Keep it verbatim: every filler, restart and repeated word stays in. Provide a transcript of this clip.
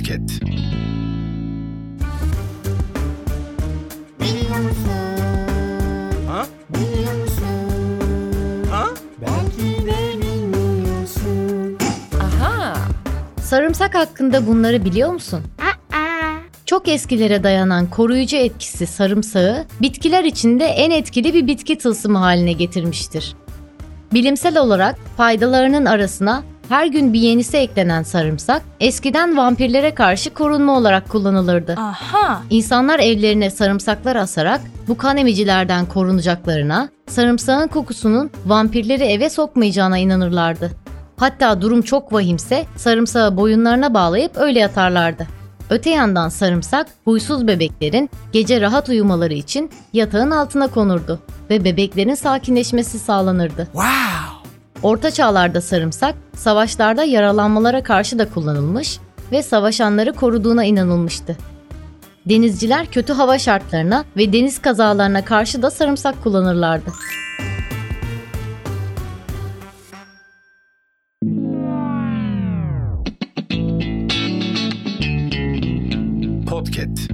Podcast. Biliyor musun? Ha? Biliyor musun? Ha? Belki de bilmiyorsun. Aha! Sarımsak hakkında bunları biliyor musun? Aa, Çok eskilere dayanan koruyucu etkisi sarımsağı, bitkiler içinde en etkili bir bitki tılsımı haline getirmiştir. Bilimsel olarak faydalarının arasına her gün bir yenisi eklenen sarımsak, eskiden vampirlere karşı korunma olarak kullanılırdı. Aha! İnsanlar evlerine sarımsaklar asarak bu kan emicilerden korunacaklarına, sarımsağın kokusunun vampirleri eve sokmayacağına inanırlardı. Hatta durum çok vahimse sarımsağı boyunlarına bağlayıp öyle yatarlardı. Öte yandan sarımsak, huysuz bebeklerin gece rahat uyumaları için yatağın altına konurdu ve bebeklerin sakinleşmesi sağlanırdı. Wow! Orta çağlarda sarımsak, savaşlarda yaralanmalara karşı da kullanılmış ve savaşanları koruduğuna inanılmıştı. Denizciler kötü hava şartlarına ve deniz kazalarına karşı da sarımsak kullanırlardı. Podcast.